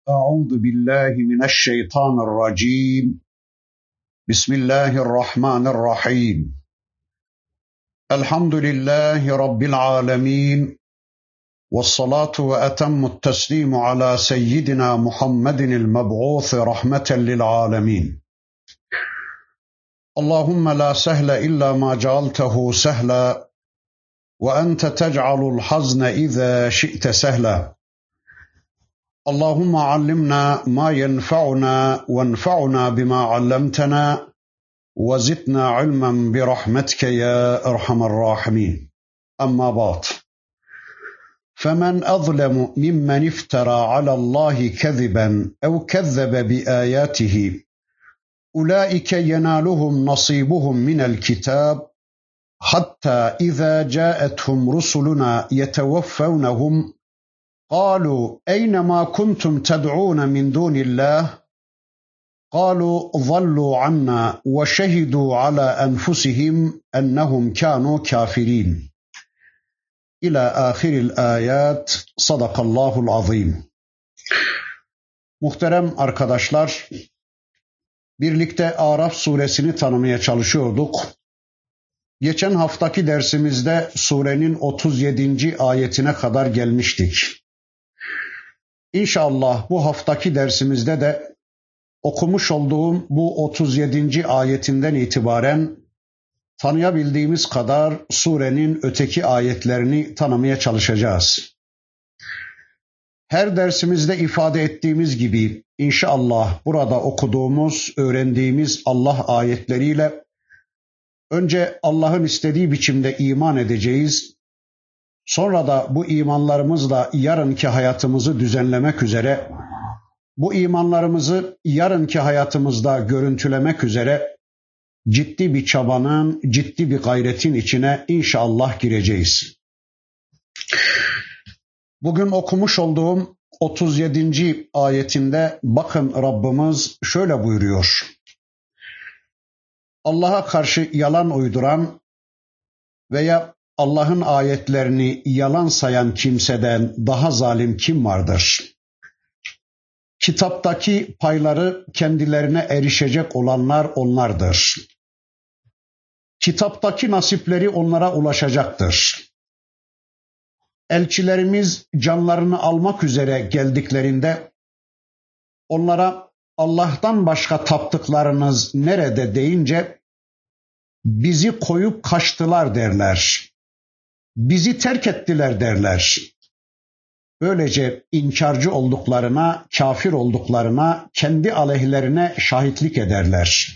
أعوذ بالله من الشيطان الرجيم. بسم الله الرحمن الرحيم. الحمد لله رب العالمين، والصلاة وأتم التسليم على سيدنا محمد المبعوث رحمة للعالمين. اللهم لا سهل إلا ما جعلته سهلا، وأنت تجعل الحزن إذا شئت سهلا. اللهم علمنا ما ينفعنا وانفعنا بما علمتنا، وزدنا علما برحمتك يا أرحم الراحمين. أما بعد، فمن أظلم ممن افترى على الله كذبا أو كذب بآياته أولئك ينالهم نصيبهم من الكتاب حتى إذا جاءتهم رسلنا يتوفونهم قالوا أين ما كنتم تدعون من دون الله قالوا ضلوا عنا وشهدوا على أنفسهم أنهم كانوا كافرين. إلى آخر الآيات. Sadakallahul azim. Muhterem arkadaşlar, birlikte Araf suresini tanımaya çalışıyorduk. Geçen haftaki dersimizde surenin 37. ayetine kadar gelmiştik. İnşallah bu haftaki dersimizde de okumuş olduğum bu 37. ayetinden itibaren tanıyabildiğimiz kadar surenin öteki ayetlerini tanımaya çalışacağız. Her dersimizde ifade ettiğimiz gibi inşallah burada okuduğumuz, öğrendiğimiz Allah ayetleriyle önce Allah'ın istediği biçimde iman edeceğiz. Sonra da bu imanlarımızla yarınki hayatımızı düzenlemek üzere, bu imanlarımızı yarınki hayatımızda görüntülemek üzere ciddi bir çabanın, ciddi bir gayretin içine inşallah gireceğiz. Bugün okumuş olduğum 37. ayetinde bakın Rabbimiz şöyle buyuruyor. Allah'a karşı yalan uyduran veya Allah'ın ayetlerini yalan sayan kimseden daha zalim kim vardır? Kitaptaki payları kendilerine erişecek olanlar onlardır. Kitaptaki nasipleri onlara ulaşacaktır. Elçilerimiz canlarını almak üzere geldiklerinde onlara Allah'tan başka taptıklarınız nerede deyince bizi koyup kaçtılar derler. Bizi terk ettiler derler. Böylece inkarcı olduklarına, kafir olduklarına, kendi aleyhlerine şahitlik ederler.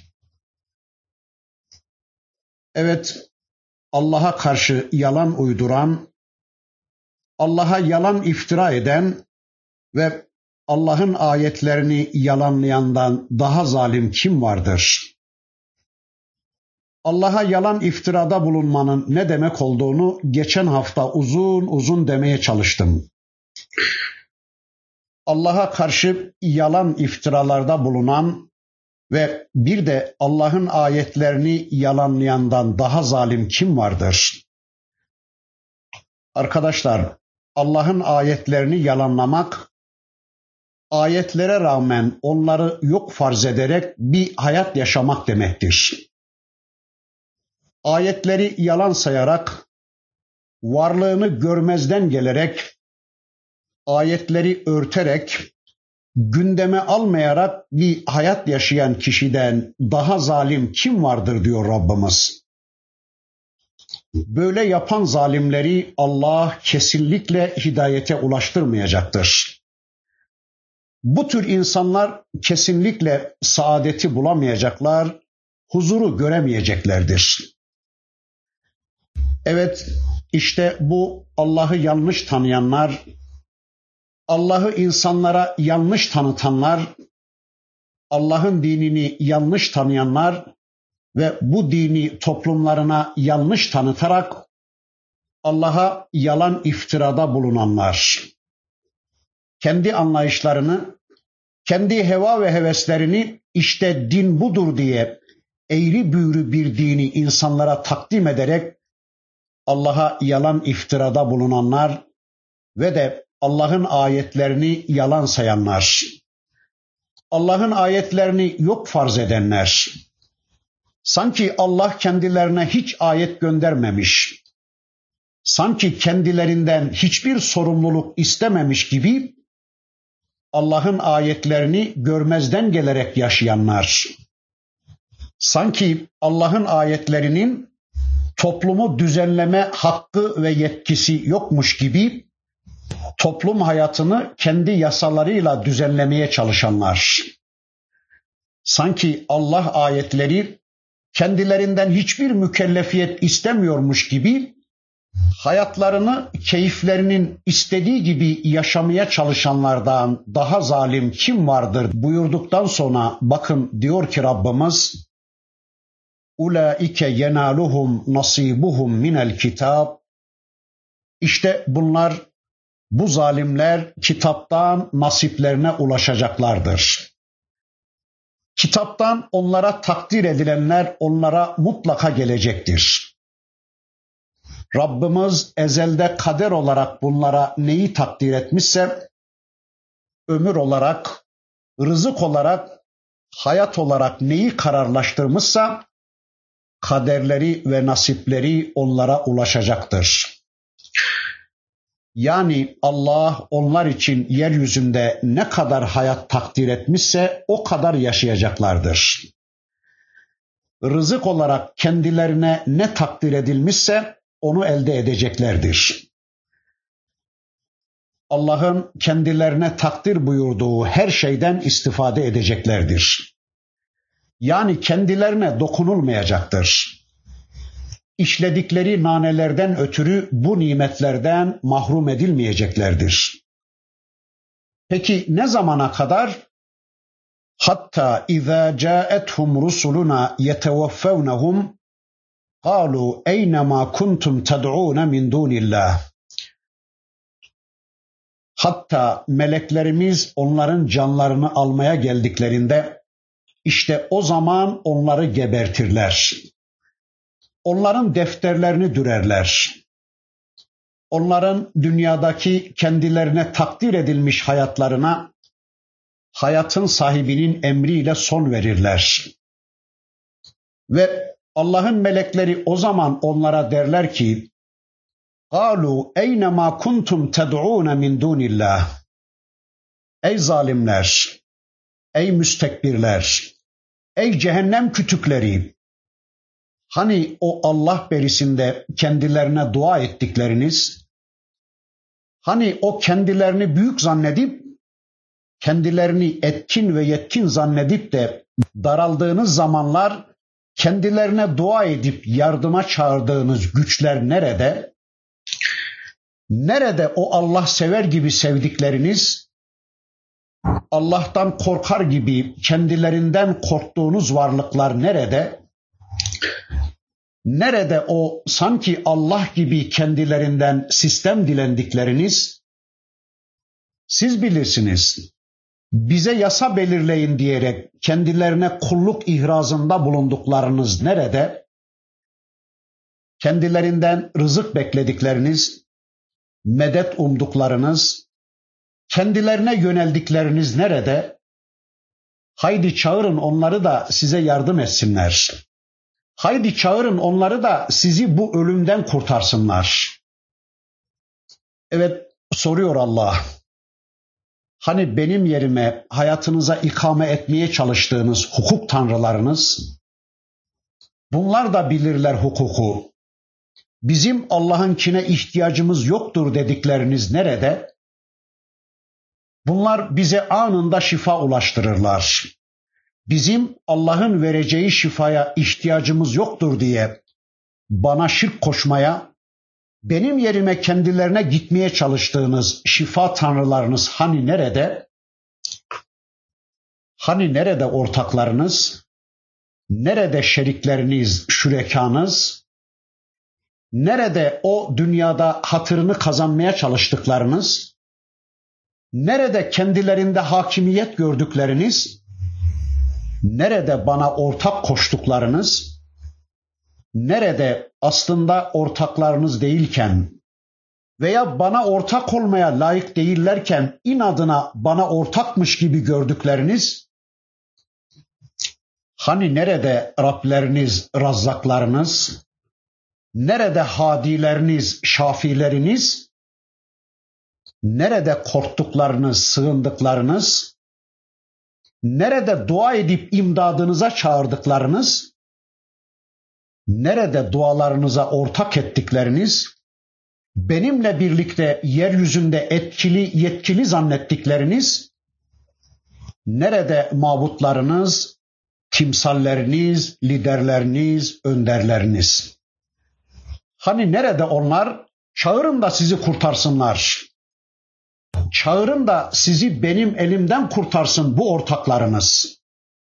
Evet, Allah'a karşı yalan uyduran, Allah'a yalan iftira eden ve Allah'ın ayetlerini yalanlayandan daha zalim kim vardır? Allah'a yalan iftirada bulunmanın ne demek olduğunu geçen hafta uzun uzun demeye çalıştım. Allah'a karşı yalan iftiralarda bulunan ve bir de Allah'ın ayetlerini yalanlayandan daha zalim kim vardır? Arkadaşlar, Allah'ın ayetlerini yalanlamak, ayetlere rağmen onları yok farz ederek bir hayat yaşamak demektir. Ayetleri yalan sayarak, varlığını görmezden gelerek, ayetleri örterek, gündeme almayarak bir hayat yaşayan kişiden daha zalim kim vardır diyor Rabbimiz. Böyle yapan zalimleri Allah kesinlikle hidayete ulaştırmayacaktır. Bu tür insanlar kesinlikle saadeti bulamayacaklar, huzuru göremeyeceklerdir. Evet, işte bu Allah'ı yanlış tanıyanlar, Allah'ı insanlara yanlış tanıtanlar, Allah'ın dinini yanlış tanıyanlar ve bu dini toplumlarına yanlış tanıtarak Allah'a yalan iftirada bulunanlar. Kendi anlayışlarını, kendi heva ve heveslerini işte din budur diye eğri büğrü bir dini insanlara takdim ederek Allah'a yalan iftirada bulunanlar ve de Allah'ın ayetlerini yalan sayanlar. Allah'ın ayetlerini yok farz edenler, sanki Allah kendilerine hiç ayet göndermemiş, sanki kendilerinden hiçbir sorumluluk istememiş gibi Allah'ın ayetlerini görmezden gelerek yaşayanlar, sanki Allah'ın ayetlerinin toplumu düzenleme hakkı ve yetkisi yokmuş gibi toplum hayatını kendi yasalarıyla düzenlemeye çalışanlar, sanki Allah ayetleri kendilerinden hiçbir mükellefiyet istemiyormuş gibi hayatlarını keyiflerinin istediği gibi yaşamaya çalışanlardan daha zalim kim vardır buyurduktan sonra bakın diyor ki Rabbimiz, ulaike yenaluhum nasibuhum minel kitab, işte bunlar, bu zalimler kitaptan nasiplerine ulaşacaklardır. Kitaptan onlara takdir edilenler onlara mutlaka gelecektir. Rabbimiz ezelde kader olarak bunlara neyi takdir etmişse, ömür olarak, rızık olarak, hayat olarak neyi kararlaştırmışsa, kaderleri ve nasipleri onlara ulaşacaktır. Yani Allah onlar için yeryüzünde ne kadar hayat takdir etmişse o kadar yaşayacaklardır. Rızık olarak kendilerine ne takdir edilmişse onu elde edeceklerdir. Allah'ın kendilerine takdir buyurduğu her şeyden istifade edeceklerdir. Yani kendilerine dokunulmayacaktır. İşledikleri nanelerden ötürü bu nimetlerden mahrum edilmeyeceklerdir. Peki ne zamana kadar? Hatta izâ câethum rusuluna yetevaffevnehum قالوا أينما كنتم تدعون من دون الله. Hatta meleklerimiz onların canlarını almaya geldiklerinde işte o zaman onları gebertirler. Onların defterlerini dürerler. Onların dünyadaki kendilerine takdir edilmiş hayatlarına hayatın sahibinin emriyle son verirler. Ve Allah'ın melekleri o zaman onlara derler ki, قَالُوا اَيْنَمَا كُنْتُمْ تَدْعُونَ مِنْ دُونِ اللّٰهِ. Ey zalimler, ey müstekbirler, ey cehennem kütükleri, hani o Allah berisinde kendilerine dua ettikleriniz, hani o kendilerini büyük zannedip, kendilerini etkin ve yetkin zannedip de daraldığınız zamanlar, kendilerine dua edip yardıma çağırdığınız güçler nerede? Nerede o Allah sever gibi sevdikleriniz, Allah'tan korkar gibi kendilerinden korktuğunuz varlıklar nerede? Nerede o sanki Allah gibi kendilerinden sistem dilendikleriniz? Siz bilirsiniz. Bize yasa belirleyin diyerek kendilerine kulluk ihrazında bulunduklarınız nerede? Kendilerinden rızık bekledikleriniz, medet umduklarınız, kendilerine yöneldikleriniz nerede? Haydi çağırın onları da size yardım etsinler. Haydi çağırın onları da sizi bu ölümden kurtarsınlar. Evet, soruyor Allah. Hani benim yerime hayatınıza ikame etmeye çalıştığınız hukuk tanrılarınız, bunlar da bilirler hukuku. Bizim Allah'ınkine ihtiyacımız yoktur dedikleriniz nerede? Bunlar bize anında şifa ulaştırırlar. Bizim Allah'ın vereceği şifaya ihtiyacımız yoktur diye bana şirk koşmaya, benim yerime kendilerine gitmeye çalıştığınız şifa tanrılarınız hani nerede? Hani nerede ortaklarınız? Nerede şerikleriniz, şürekanız? Nerede o dünyada hatırını kazanmaya çalıştıklarınız? Nerede kendilerinde hakimiyet gördükleriniz? Nerede bana ortak koştuklarınız? Nerede aslında ortaklarınız değilken veya bana ortak olmaya layık değillerken inadına bana ortakmış gibi gördükleriniz, Hani nerede Rableriniz, Razzaklarınız? Nerede hadileriniz, şafileriniz? Nerede korktuklarınız, sığındıklarınız? Nerede dua edip imdadınıza çağırdıklarınız? Nerede dualarınıza ortak ettikleriniz? Benimle birlikte yeryüzünde etkili, yetkili zannettikleriniz? Nerede mabutlarınız, timsalleriniz, liderleriniz, önderleriniz? Hani nerede onlar? Çağırın da sizi kurtarsınlar. Çağırın da sizi benim elimden kurtarsın bu ortaklarınız.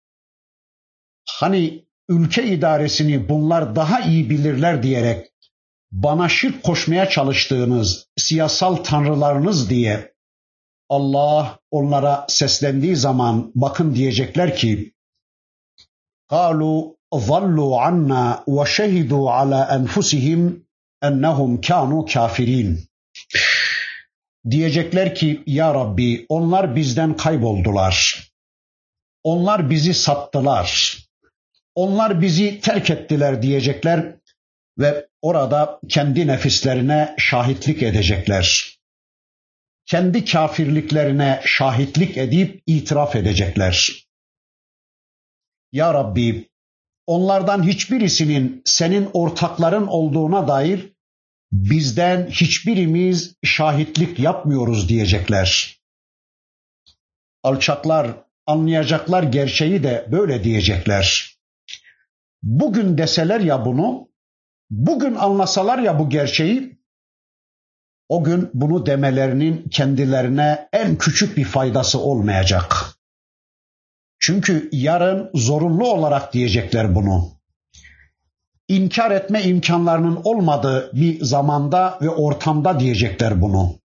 Hani ülke idaresini bunlar daha iyi bilirler diyerek bana şirk koşmaya çalıştığınız siyasal tanrılarınız diye Allah onlara seslendiği zaman bakın diyecekler ki قَالُوا ظَلُّوا عَنَّا وَشَهِدُوا عَلَى أَنْفُسِهِمْ اَنَّهُمْ كَانُوا كَافِرِينَ. Diyecekler ki ya Rabbi onlar bizden kayboldular. Onlar bizi sattılar. Onlar bizi terk ettiler diyecekler ve orada kendi nefislerine şahitlik edecekler. Kendi kafirliklerine şahitlik edip itiraf edecekler. Ya Rabbi onlardan hiçbirisinin senin ortakların olduğuna dair bizden hiçbirimiz şahitlik yapmıyoruz diyecekler. Alçaklar anlayacaklar gerçeği de böyle diyecekler. Bugün deseler ya bunu, bugün anlasalar ya bu gerçeği, o gün bunu demelerinin kendilerine en küçük bir faydası olmayacak. Çünkü yarın zorunlu olarak diyecekler bunu. İnkar etme imkanlarının olmadığı bir zamanda ve ortamda diyecekler bunu.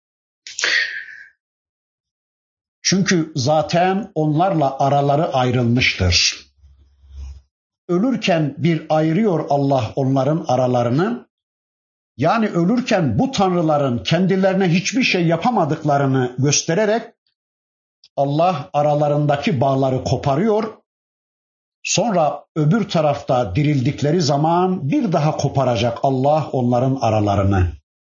Çünkü zaten onlarla araları ayrılmıştır. Ölürken bir ayırıyor Allah onların aralarını. Yani ölürken bu tanrıların kendilerine hiçbir şey yapamadıklarını göstererek Allah aralarındaki bağları koparıyor. Sonra öbür tarafta dirildikleri zaman bir daha koparacak Allah onların aralarını.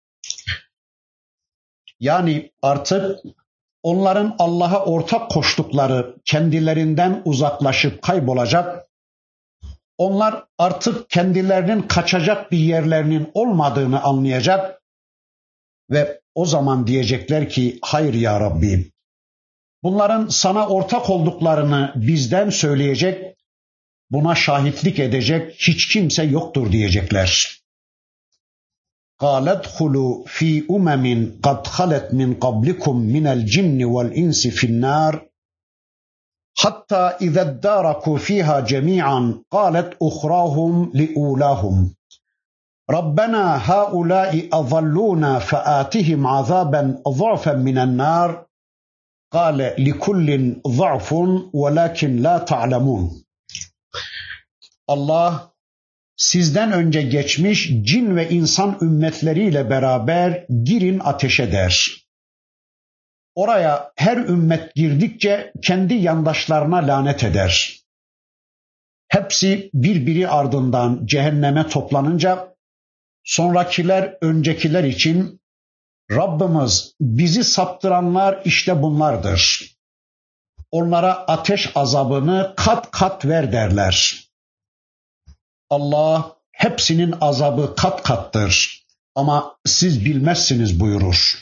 Yani artık onların Allah'a ortak koştukları kendilerinden uzaklaşıp kaybolacak. Onlar artık kendilerinin kaçacak bir yerlerinin olmadığını anlayacak ve o zaman diyecekler ki hayır ya Rabbi. Bunların sana ortak olduklarını bizden söyleyecek, buna şahitlik edecek hiç kimse yoktur diyecekler. قَالَ ادْخُلُوا ف۪ي اُمَمٍ قَدْ خَلَتْ مِنْ قَبْلِكُمْ مِنَ الْجِنِّ وَالْاِنْسِ فِي النَّارِ حَتَّى اِذَا ادَّارَكُوا ف۪يهَا جَمِيعًا قَالَتْ اُخْرَاهُمْ لِأُولَاهُمْ رَبَّنَا هَؤُلَاءِ أَضَلُّونَا فَآتِهِمْ عَذَابًا ضَعْفًا مِنَ النَّارِ قَالَ لِكُلٍّ ضَعْفٌ وَلَكِنْ لَا تَعْلَمُونَ. Allah sizden önce geçmiş cin ve insan ümmetleriyle beraber girin ateşe der. Oraya her ümmet girdikçe kendi yandaşlarına lanet eder. Hepsi birbiri ardından cehenneme toplanınca sonrakiler öncekiler için Rabbimiz bizi saptıranlar işte bunlardır. Onlara ateş azabını kat kat ver derler. Allah hepsinin azabı kat kattır ama siz bilmezsiniz buyurur.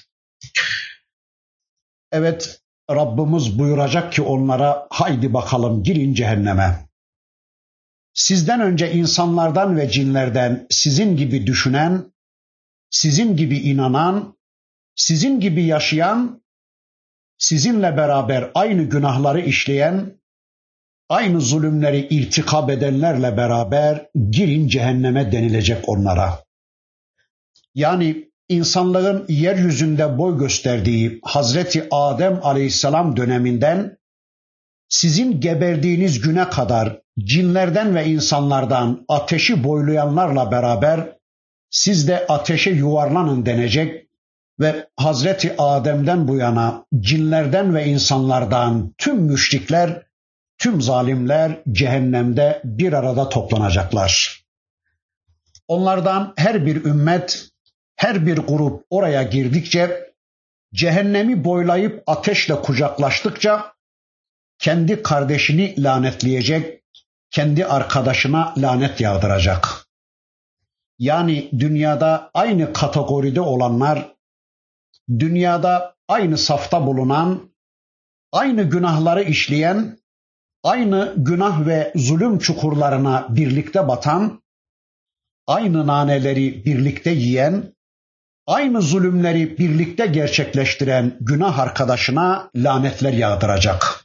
Evet Rabbimiz buyuracak ki onlara haydi bakalım girin cehenneme. Sizden önce insanlardan ve cinlerden sizin gibi düşünen, sizin gibi inanan, sizin gibi yaşayan, sizinle beraber aynı günahları işleyen, aynı zulümleri irtikab edenlerle beraber girin cehenneme denilecek onlara. Yani insanlığın yeryüzünde boy gösterdiği Hazreti Adem Aleyhisselam döneminden sizin geberdiğiniz güne kadar cinlerden ve insanlardan ateşi boylayanlarla beraber siz de ateşe yuvarlanın denecek ve Hazreti Adem'den bu yana cinlerden ve insanlardan tüm müşrikler tüm zalimler cehennemde bir arada toplanacaklar. Onlardan her bir ümmet, her bir grup oraya girdikçe, cehennemi boylayıp ateşle kucaklaştıkça kendi kardeşini lanetleyecek, kendi arkadaşına lanet yağdıracak. Yani dünyada aynı kategoride olanlar, dünyada aynı safta bulunan, aynı günahları işleyen, aynı günah ve zulüm çukurlarına birlikte batan, aynı naneleri birlikte yiyen, aynı zulümleri birlikte gerçekleştiren günah arkadaşına lanetler yağdıracak.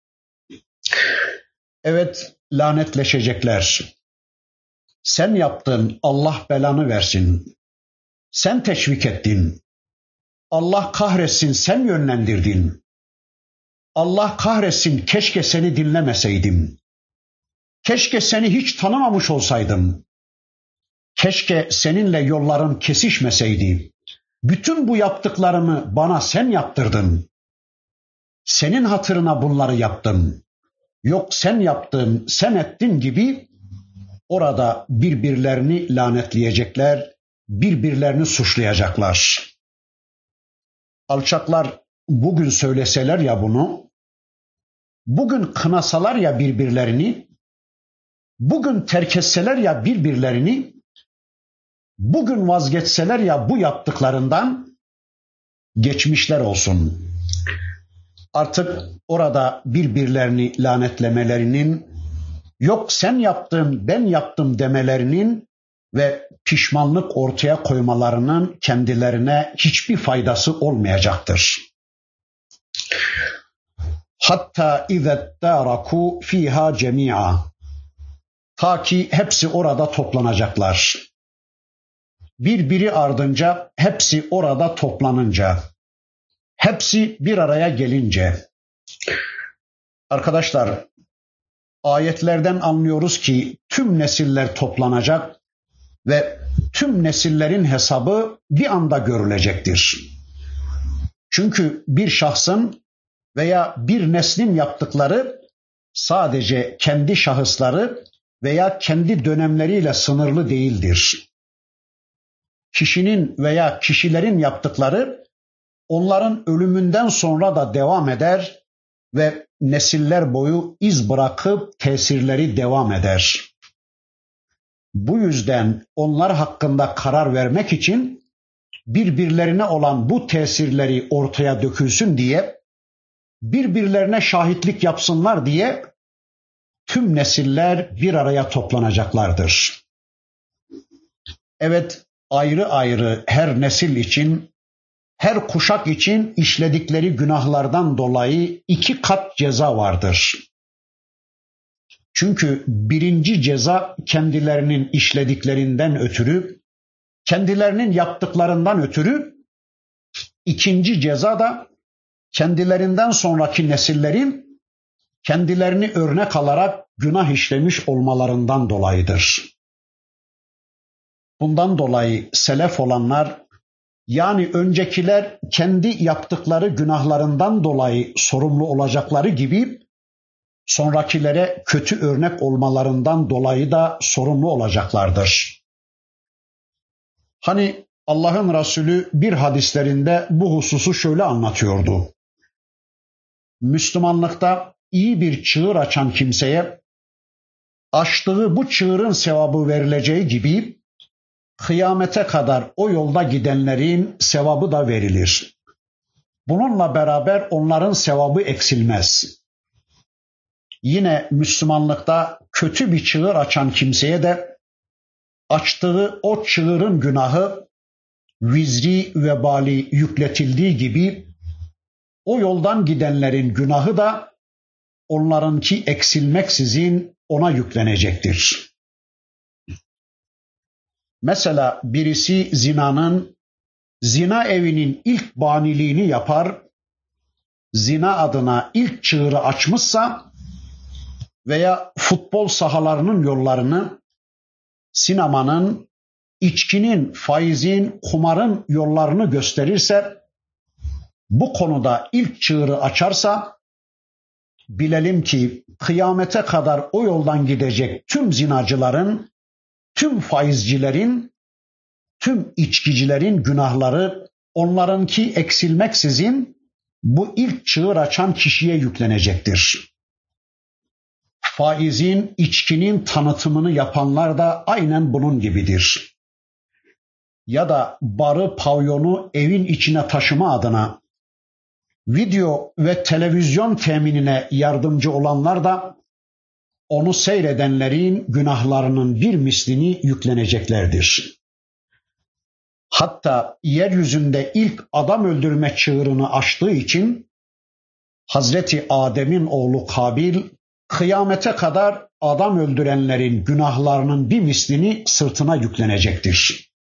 Evet, lanetleşecekler. Sen yaptın, Allah belanı versin. Sen teşvik ettin. Allah kahretsin, sen yönlendirdin. Allah kahretsin, keşke seni dinlemeseydim. Keşke seni hiç tanımamış olsaydım. Keşke seninle yolların kesişmeseydi. Bütün bu yaptıklarımı bana sen yaptırdın. Senin hatırına bunları yaptım. Yok sen yaptın, sen ettin gibi orada birbirlerini lanetleyecekler, birbirlerini suçlayacaklar. Alçaklar bugün söyleseler ya bunu, bugün kınasalar ya birbirlerini, bugün terk etseler ya birbirlerini, bugün vazgeçseler ya bu yaptıklarından, geçmişler olsun. Artık orada birbirlerini lanetlemelerinin, yok sen yaptın, ben yaptım demelerinin ve pişmanlık ortaya koymalarının kendilerine hiçbir faydası olmayacaktır. Hatta izettaraku fiha cemi'a. Ta ki hepsi orada toplanacaklar. Birbiri ardınca hepsi orada toplanınca, hepsi bir araya gelince. Arkadaşlar, ayetlerden anlıyoruz ki tüm nesiller toplanacak ve tüm nesillerin hesabı bir anda görülecektir. Çünkü bir şahsın veya bir neslin yaptıkları sadece kendi şahısları veya kendi dönemleriyle sınırlı değildir. Kişinin veya kişilerin yaptıkları onların ölümünden sonra da devam eder ve nesiller boyu iz bırakıp tesirleri devam eder. Bu yüzden onlar hakkında karar vermek için birbirlerine olan bu tesirleri ortaya dökülsün diye, birbirlerine şahitlik yapsınlar diye tüm nesiller bir araya toplanacaklardır. Evet, ayrı ayrı her nesil için, her kuşak için işledikleri günahlardan dolayı 2 kat ceza vardır. Çünkü birinci ceza kendilerinin işlediklerinden ötürü, kendilerinin yaptıklarından ötürü, ikinci ceza da kendilerinden sonraki nesillerin kendilerini örnek alarak günah işlemiş olmalarından dolayıdır. Bundan dolayı selef olanlar, yani öncekiler kendi yaptıkları günahlarından dolayı sorumlu olacakları gibi, sonrakilere kötü örnek olmalarından dolayı da sorumlu olacaklardır. Hani Allah'ın Resulü bir hadislerinde bu hususu şöyle anlatıyordu. Müslümanlıkta iyi bir çığır açan kimseye açtığı bu çığırın sevabı verileceği gibi kıyamete kadar o yolda gidenlerin sevabı da verilir. Bununla beraber onların sevabı eksilmez. Yine Müslümanlıkta kötü bir çığır açan kimseye de açtığı o çığırın günahı vizri vebali yükletildiği gibi o yoldan gidenlerin günahı da onlarınki eksilmeksizin ona yüklenecektir. Mesela birisi zina evinin ilk baniliğini yapar, zina adına ilk çığırı açmışsa veya futbol sahalarının yollarını, sinemanın, içkinin, faizin, kumarın yollarını gösterirse, bu konuda ilk çığırı açarsa, bilelim ki kıyamete kadar o yoldan gidecek tüm zinacıların, tüm faizcilerin, tüm içkicilerin günahları onlarınki eksilmeksizin bu ilk çığır açan kişiye yüklenecektir. Faizin, içkinin tanıtımını yapanlar da aynen bunun gibidir. Ya da barı, pavyonu evin içine taşıma adına video ve televizyon teminine yardımcı olanlar da onu seyredenlerin günahlarının bir mislini yükleneceklerdir. Hatta yeryüzünde ilk adam öldürme çığırını açtığı için Hazreti Adem'in oğlu Kabil kıyamete kadar adam öldürenlerin günahlarının bir mislini sırtına yüklenecektir.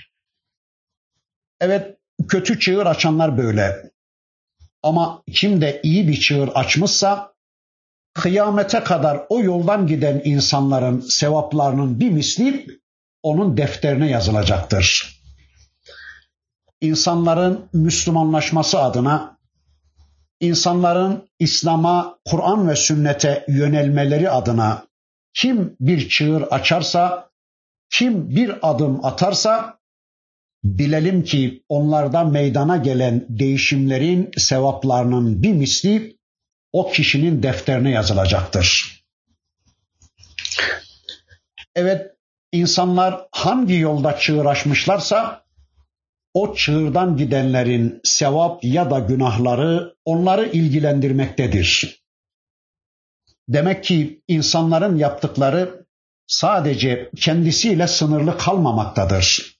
Evet, kötü çığır açanlar böyle. Ama kim de iyi bir çığır açmışsa kıyamete kadar o yoldan giden insanların sevaplarının bir misli onun defterine yazılacaktır. İnsanların Müslümanlaşması adına, insanların İslam'a, Kur'an ve sünnete yönelmeleri adına kim bir çığır açarsa, kim bir adım atarsa bilelim ki onlarda meydana gelen değişimlerin sevaplarının bir misli o kişinin defterine yazılacaktır. Evet, insanlar hangi yolda çığır açmışlarsa o çığırdan gidenlerin sevap ya da günahları onları ilgilendirmektedir. Demek ki insanların yaptıkları sadece kendisiyle sınırlı kalmamaktadır.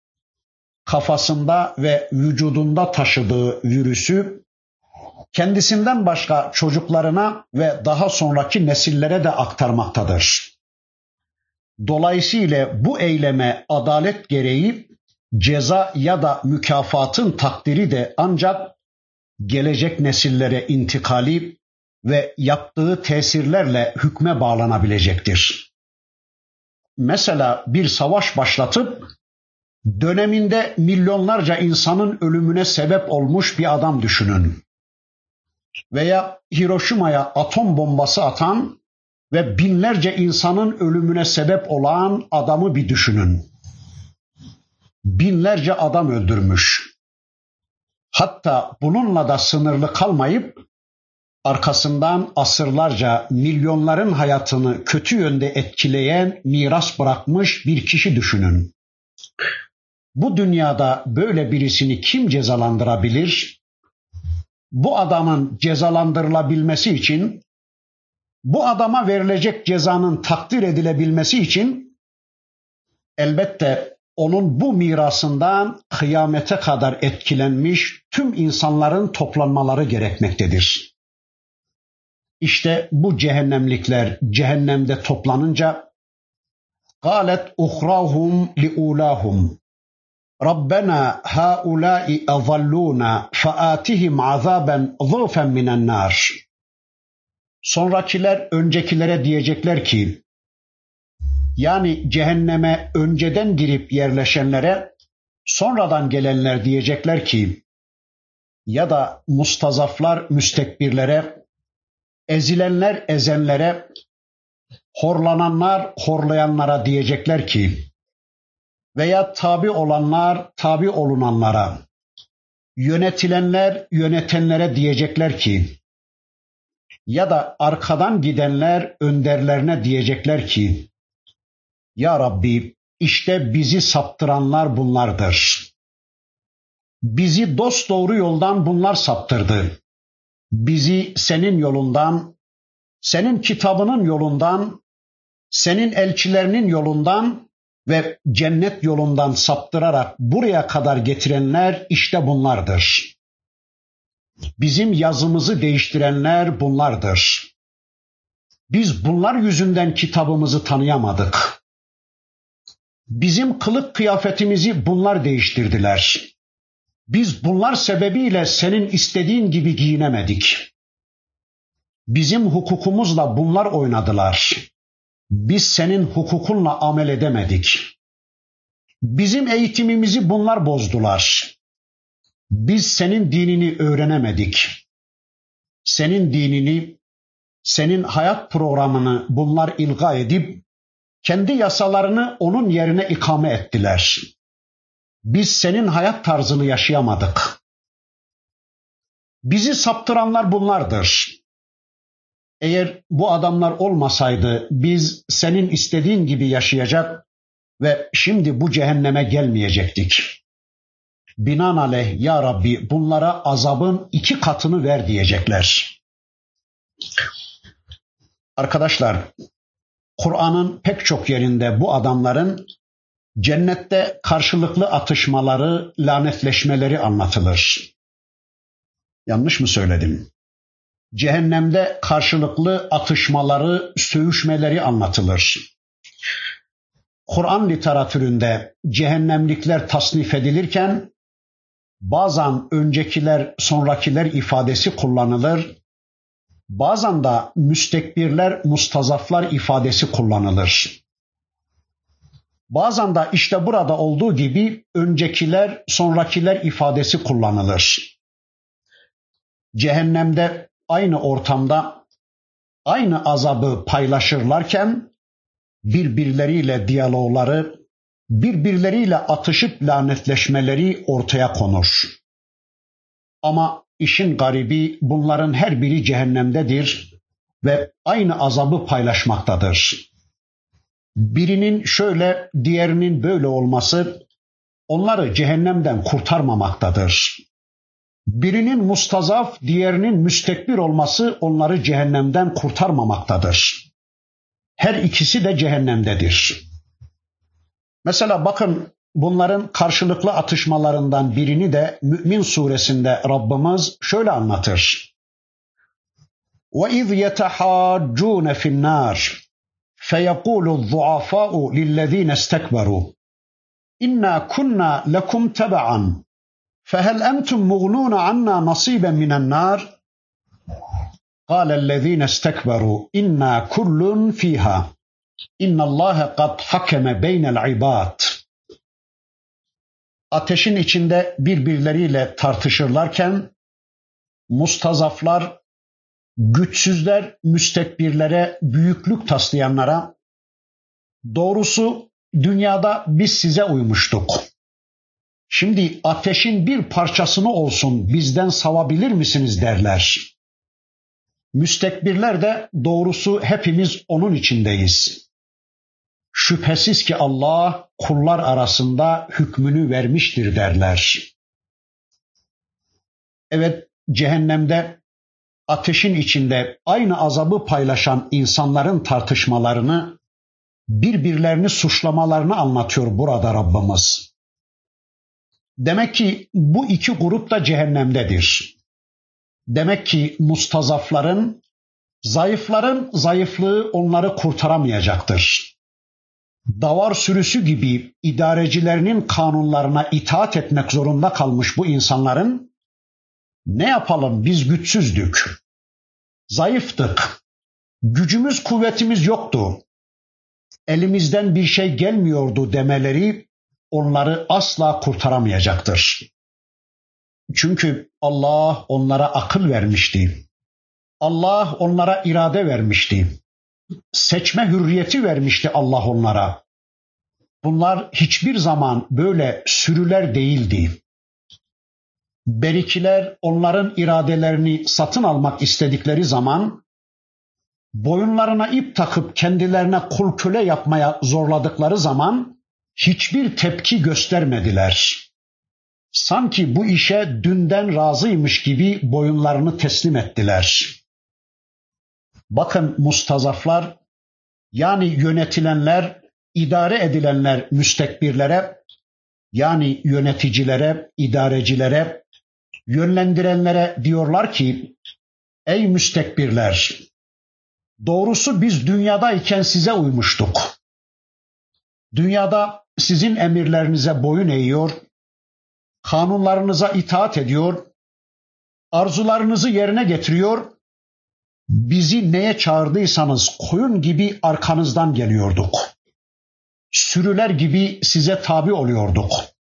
Kafasında ve vücudunda taşıdığı virüsü kendisinden başka çocuklarına ve daha sonraki nesillere de aktarmaktadır. Dolayısıyla bu eyleme adalet gereği ceza ya da mükafatın takdiri de ancak gelecek nesillere intikali ve yaptığı tesirlerle hükme bağlanabilecektir. Mesela bir savaş başlatıp döneminde milyonlarca insanın ölümüne sebep olmuş bir adam düşünün. Veya Hiroşima'ya atom bombası atan ve binlerce insanın ölümüne sebep olan adamı bir düşünün. Binlerce adam öldürmüş. Hatta bununla da sınırlı kalmayıp arkasından asırlarca milyonların hayatını kötü yönde etkileyen miras bırakmış bir kişi düşünün. Bu dünyada böyle birisini kim cezalandırabilir? Bu adamın cezalandırılabilmesi için, bu adama verilecek cezanın takdir edilebilmesi için elbette onun bu mirasından kıyamete kadar etkilenmiş tüm insanların toplanmaları gerekmektedir. İşte bu cehennemlikler cehennemde toplanınca قَالَتْ اُخْرَاهُمْ لِعُولَاهُمْ رَبَّنَا هَؤُلَاءِ اَظَلُّونَا فَآتِهِمْ عَذَابًا ضِعْفًا مِنَ النَّارِ. Sonrakiler öncekilere diyecekler ki, yani cehenneme önceden girip yerleşenlere sonradan gelenler diyecekler ki, ya da mustazaflar müstekbirlere, ezilenler ezenlere, horlananlar horlayanlara diyecekler ki, veya tabi olanlar tabi olunanlara, yönetilenler yönetenlere diyecekler ki, ya da arkadan gidenler önderlerine diyecekler ki, ya Rabbi işte bizi saptıranlar bunlardır. Bizi dosdoğru yoldan bunlar saptırdı. Bizi senin yolundan, senin kitabının yolundan, senin elçilerinin yolundan ve cennet yolundan saptırarak buraya kadar getirenler işte bunlardır. Bizim yazımızı değiştirenler bunlardır. Biz bunlar yüzünden kitabımızı tanıyamadık. Bizim kılık kıyafetimizi bunlar değiştirdiler. Biz bunlar sebebiyle senin istediğin gibi giyinemedik. Bizim hukukumuzla bunlar oynadılar. Biz senin hukukunla amel edemedik. Bizim eğitimimizi bunlar bozdular. Biz senin dinini öğrenemedik. Senin dinini, senin hayat programını bunlar ilga edip kendi yasalarını onun yerine ikame ettiler. Biz senin hayat tarzını yaşayamadık. Bizi saptıranlar bunlardır. Eğer bu adamlar olmasaydı biz senin istediğin gibi yaşayacak ve şimdi bu cehenneme gelmeyecektik. Binaenaleyh ya Rabbi bunlara azabın 2 katını ver diyecekler. Arkadaşlar, Kur'an'ın pek çok yerinde bu adamların cennette karşılıklı atışmaları, lanetleşmeleri anlatılır. Yanlış mı söyledim? Cehennemde karşılıklı atışmaları, söğüşmeleri anlatılır. Kur'an literatüründe cehennemlikler tasnif edilirken bazen öncekiler, sonrakiler ifadesi kullanılır. Bazen de müstekbirler, mustazaflar ifadesi kullanılır. Bazen de işte burada olduğu gibi öncekiler, sonrakiler ifadesi kullanılır. Cehennemde aynı ortamda aynı azabı paylaşırlarken birbirleriyle diyalogları, birbirleriyle atışıp lanetleşmeleri ortaya konur. Ama işin garibi bunların her biri cehennemdedir ve aynı azabı paylaşmaktadır. Birinin şöyle, diğerinin böyle olması onları cehennemden kurtarmamaktadır. Birinin mustazaf, diğerinin müstekbir olması onları cehennemden kurtarmamaktadır. Her ikisi de cehennemdedir. Mesela bakın bunların karşılıklı atışmalarından birini de Mü'min suresinde Rabbimiz şöyle anlatır. وَاِذْ يَتَحَاجُّونَ فِي النَّارِ فَيَقُولُ الضُّعَفَاءُ لِلَّذ۪ينَ اسْتَكْبَرُوا اِنَّا كُنَّا لَكُمْ تَبَعًا فَهَلْ أَنْتُمْ مُغْنُونَ عَنَّا نَصِيبًا مِنَ النَّارِ قَالَ الَّذ۪ينَ اسْتَكْبَرُوا اِنَّا كُلٌّ ف۪يهَا اِنَّ اللّٰهَ قَدْ حَكَمَ بَيْنَ الْعِبَادِ. Ateşin içinde birbirleriyle tartışırlarken mustazaflar, güçsüzler, müstekbirlere, büyüklük taslayanlara doğrusu dünyada biz size uymuştuk. Şimdi ateşin bir parçasını olsun bizden savabilir misiniz derler. Müstekbirler de doğrusu hepimiz onun içindeyiz. Şüphesiz ki Allah kullar arasında hükmünü vermiştir derler. Evet, cehennemde ateşin içinde aynı azabı paylaşan insanların tartışmalarını, birbirlerini suçlamalarını anlatıyor burada Rabbimiz. Demek ki bu 2 grup da cehennemdedir. Demek ki mustazafların, zayıfların zayıflığı onları kurtaramayacaktır. Davar sürüsü gibi idarecilerinin kanunlarına itaat etmek zorunda kalmış bu insanların, ne yapalım biz güçsüzdük, zayıftık, gücümüz kuvvetimiz yoktu, elimizden bir şey gelmiyordu demeleri onları asla kurtaramayacaktır. Çünkü Allah onlara akıl vermişti. Allah onlara irade vermişti. Seçme hürriyeti vermişti Allah onlara. Bunlar hiçbir zaman böyle sürüler değildi. Berikiler onların iradelerini satın almak istedikleri zaman boyunlarına ip takıp kendilerine kul köle yapmaya zorladıkları zaman hiçbir tepki göstermediler. Sanki bu işe dünden razıymış gibi boyunlarını teslim ettiler. Bakın mustazaflar, yani yönetilenler, idare edilenler müstekbirlere, yani yöneticilere, idarecilere, yönlendirenlere diyorlar ki, ey müstekbirler, doğrusu biz dünyadayken size uymuştuk. Dünyada sizin emirlerinize boyun eğiyor, kanunlarınıza itaat ediyor, arzularınızı yerine getiriyor, bizi neye çağırdıysanız koyun gibi arkanızdan geliyorduk. Sürüler gibi size tabi oluyorduk.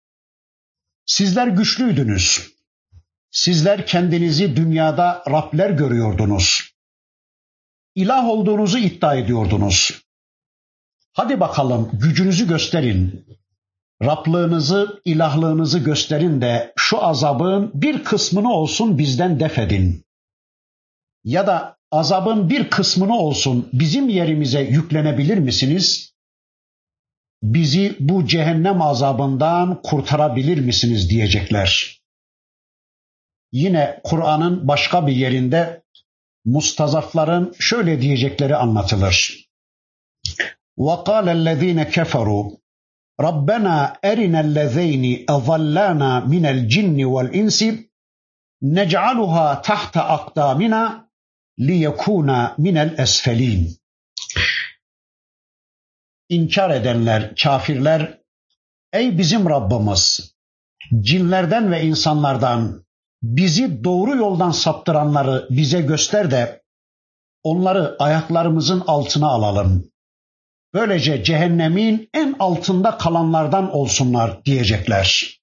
Sizler güçlüydünüz. Sizler kendinizi dünyada Rabler görüyordunuz. ilah olduğunuzu iddia ediyordunuz. Hadi bakalım gücünüzü gösterin. Rablığınızı, ilahlığınızı gösterin de şu azabın bir kısmını olsun bizden def edin. Ya da azabın bir kısmını olsun bizim yerimize yüklenebilir misiniz? Bizi bu cehennem azabından kurtarabilir misiniz diyecekler. Yine Kur'an'ın başka bir yerinde mustazafların şöyle diyecekleri anlatılır. وَقَالَ الَّذ۪ينَ كَفَرُوا رَبَّنَا اَرِنَا الَّذ۪ينِ اَظَلَّانَا مِنَ الْجِنِّ وَالْاِنْسِ نَجْعَلُهَا تَحْتَ اَقْدَامِنَا لِيَكُونَا مِنَ الْاَسْفَل۪ينَ. İnkar edenler, kafirler, ey bizim Rabbimiz, cinlerden ve insanlardan bizi doğru yoldan saptıranları bize göster de onları ayaklarımızın altına alalım. Böylece cehennemin en altında kalanlardan olsunlar diyecekler.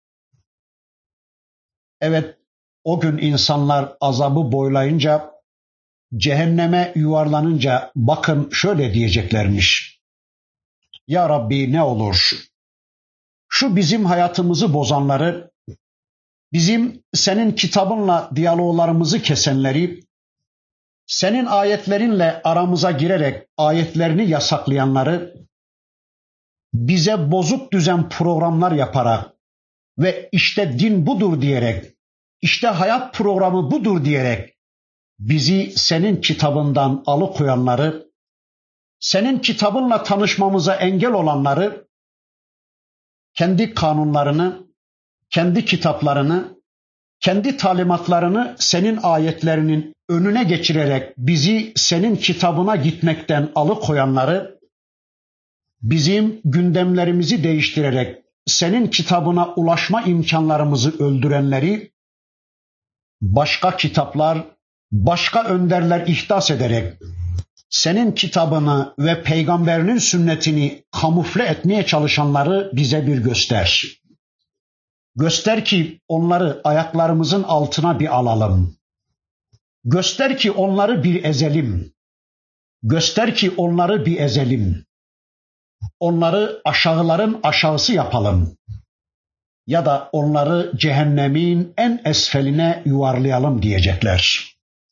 Evet, o gün insanlar azabı boylayınca, cehenneme yuvarlanınca bakın şöyle diyeceklermiş. Ya Rabbi ne olur, şu bizim hayatımızı bozanları, bizim senin kitabınla diyaloglarımızı kesenleri, senin ayetlerinle aramıza girerek ayetlerini yasaklayanları, bize bozuk düzen programlar yaparak ve işte din budur diyerek, işte hayat programı budur diyerek bizi senin kitabından alıkoyanları, senin kitabınla tanışmamıza engel olanları, kendi kanunlarını, kendi kitaplarını, kendi talimatlarını senin ayetlerinin önüne geçirerek bizi senin kitabına gitmekten alıkoyanları, bizim gündemlerimizi değiştirerek senin kitabına ulaşma imkanlarımızı öldürenleri, başka kitaplar, başka önderler ihdas ederek senin kitabını ve peygamberinin sünnetini kamufle etmeye çalışanları bize bir göster. Göster ki onları ayaklarımızın altına bir alalım. Göster ki onları bir ezelim. Göster ki onları bir ezelim. Onları aşağıların aşağısı yapalım. Ya da onları cehennemin en esfeline yuvarlayalım diyecekler.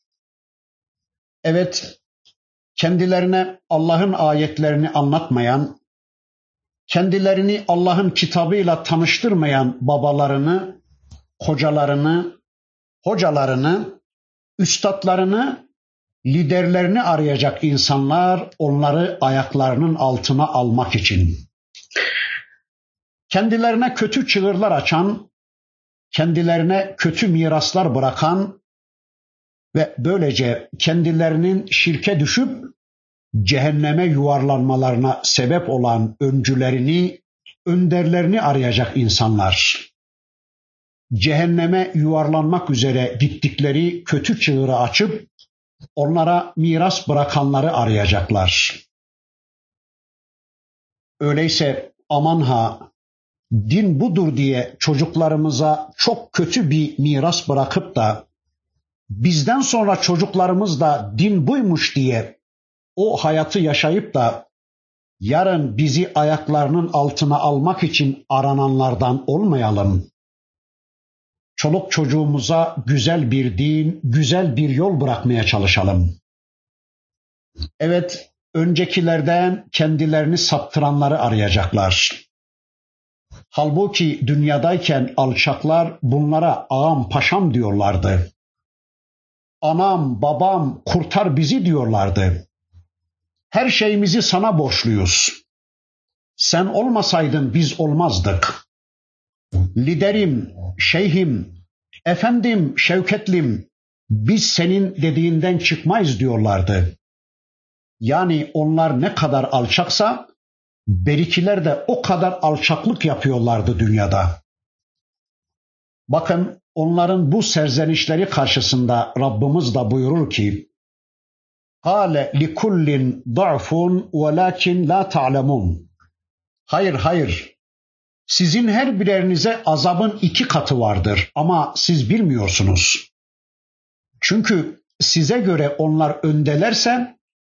Evet, kendilerine Allah'ın ayetlerini anlatmayan, kendilerini Allah'ın kitabıyla tanıştırmayan babalarını, kocalarını, hocalarını, üstadlarını, liderlerini arayacak insanlar onları ayaklarının altına almak için. Kendilerine kötü çığırlar açan, kendilerine kötü miraslar bırakan ve böylece kendilerinin şirke düşüp cehenneme yuvarlanmalarına sebep olan öncülerini, önderlerini arayacak insanlar. Cehenneme yuvarlanmak üzere gittikleri kötü çığırı açıp onlara miras bırakanları arayacaklar. Öyleyse aman ha, din budur diye çocuklarımıza çok kötü bir miras bırakıp da bizden sonra çocuklarımız da din buymuş diye o hayatı yaşayıp da yarın bizi ayaklarının altına almak için arananlardan olmayalım. Çoluk çocuğumuza güzel bir din, güzel bir yol bırakmaya çalışalım. Evet, öncekilerden kendilerini saptıranları arayacaklar. Halbuki dünyadayken alçaklar bunlara ağam paşam diyorlardı. Anam babam kurtar bizi diyorlardı. Her şeyimizi sana borçluyuz. Sen olmasaydın biz olmazdık. Liderim, şeyhim, efendim, şevketlim, biz senin dediğinden çıkmayız diyorlardı. Yani onlar ne kadar alçaksa, berikiler de o kadar alçaklık yapıyorlardı dünyada. Bakın onların bu serzenişleri karşısında Rabbimiz de buyurur ki, قَالَ لِكُلٍّ ضَعْفٌ وَلَكِنْ لَا تَعْلَمُونَ. Hayır, sizin her birerinize azabın 2 katı vardır ama siz bilmiyorsunuz. Çünkü size göre onlar öndelerse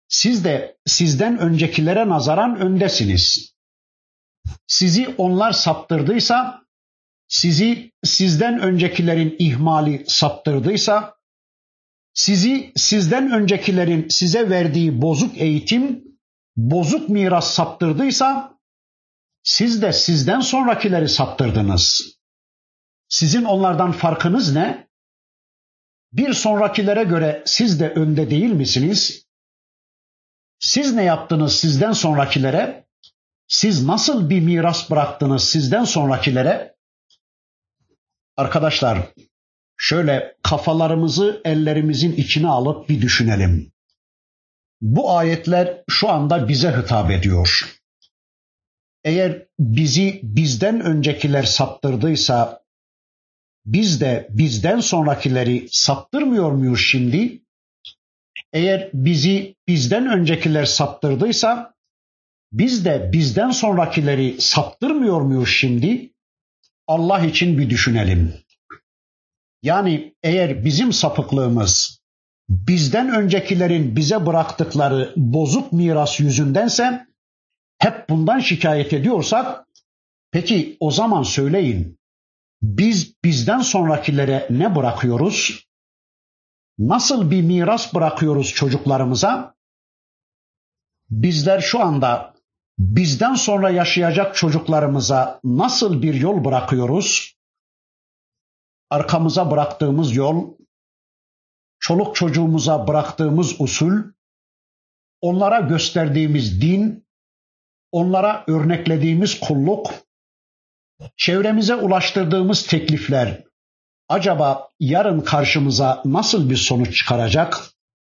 Siz de sizden öncekilere nazaran öndesiniz. Sizi onlar saptırdıysa, sizi sizden öncekilerin ihmali saptırdıysa, sizi sizden öncekilerin size verdiği bozuk eğitim, bozuk miras saptırdıysa, siz de sizden sonrakileri saptırdınız. Sizin onlardan farkınız ne? Bir sonrakilere göre siz de önde değil misiniz? Siz ne yaptınız sizden sonrakilere? Siz nasıl bir miras bıraktınız sizden sonrakilere? Arkadaşlar, şöyle kafalarımızı ellerimizin içine alıp bir düşünelim. Bu ayetler şu anda bize hitap ediyor. Eğer bizi bizden öncekiler saptırdıysa, biz de bizden sonrakileri saptırmıyor muyuz şimdi? Eğer bizi bizden öncekiler saptırdıysa, biz de bizden sonrakileri saptırmıyor muyuz şimdi? Allah için bir düşünelim. Yani eğer bizim sapıklığımız bizden öncekilerin bize bıraktıkları bozuk miras yüzündense, hep bundan şikayet ediyorsak, peki o zaman söyleyin, biz bizden sonrakilere ne bırakıyoruz? Nasıl bir miras bırakıyoruz çocuklarımıza? Bizler şu anda bizden sonra yaşayacak çocuklarımıza nasıl bir yol bırakıyoruz? Arkamıza bıraktığımız yol, çoluk çocuğumuza bıraktığımız usul, onlara gösterdiğimiz din, onlara örneklediğimiz kulluk, çevremize ulaştırdığımız teklifler acaba yarın karşımıza nasıl bir sonuç çıkaracak?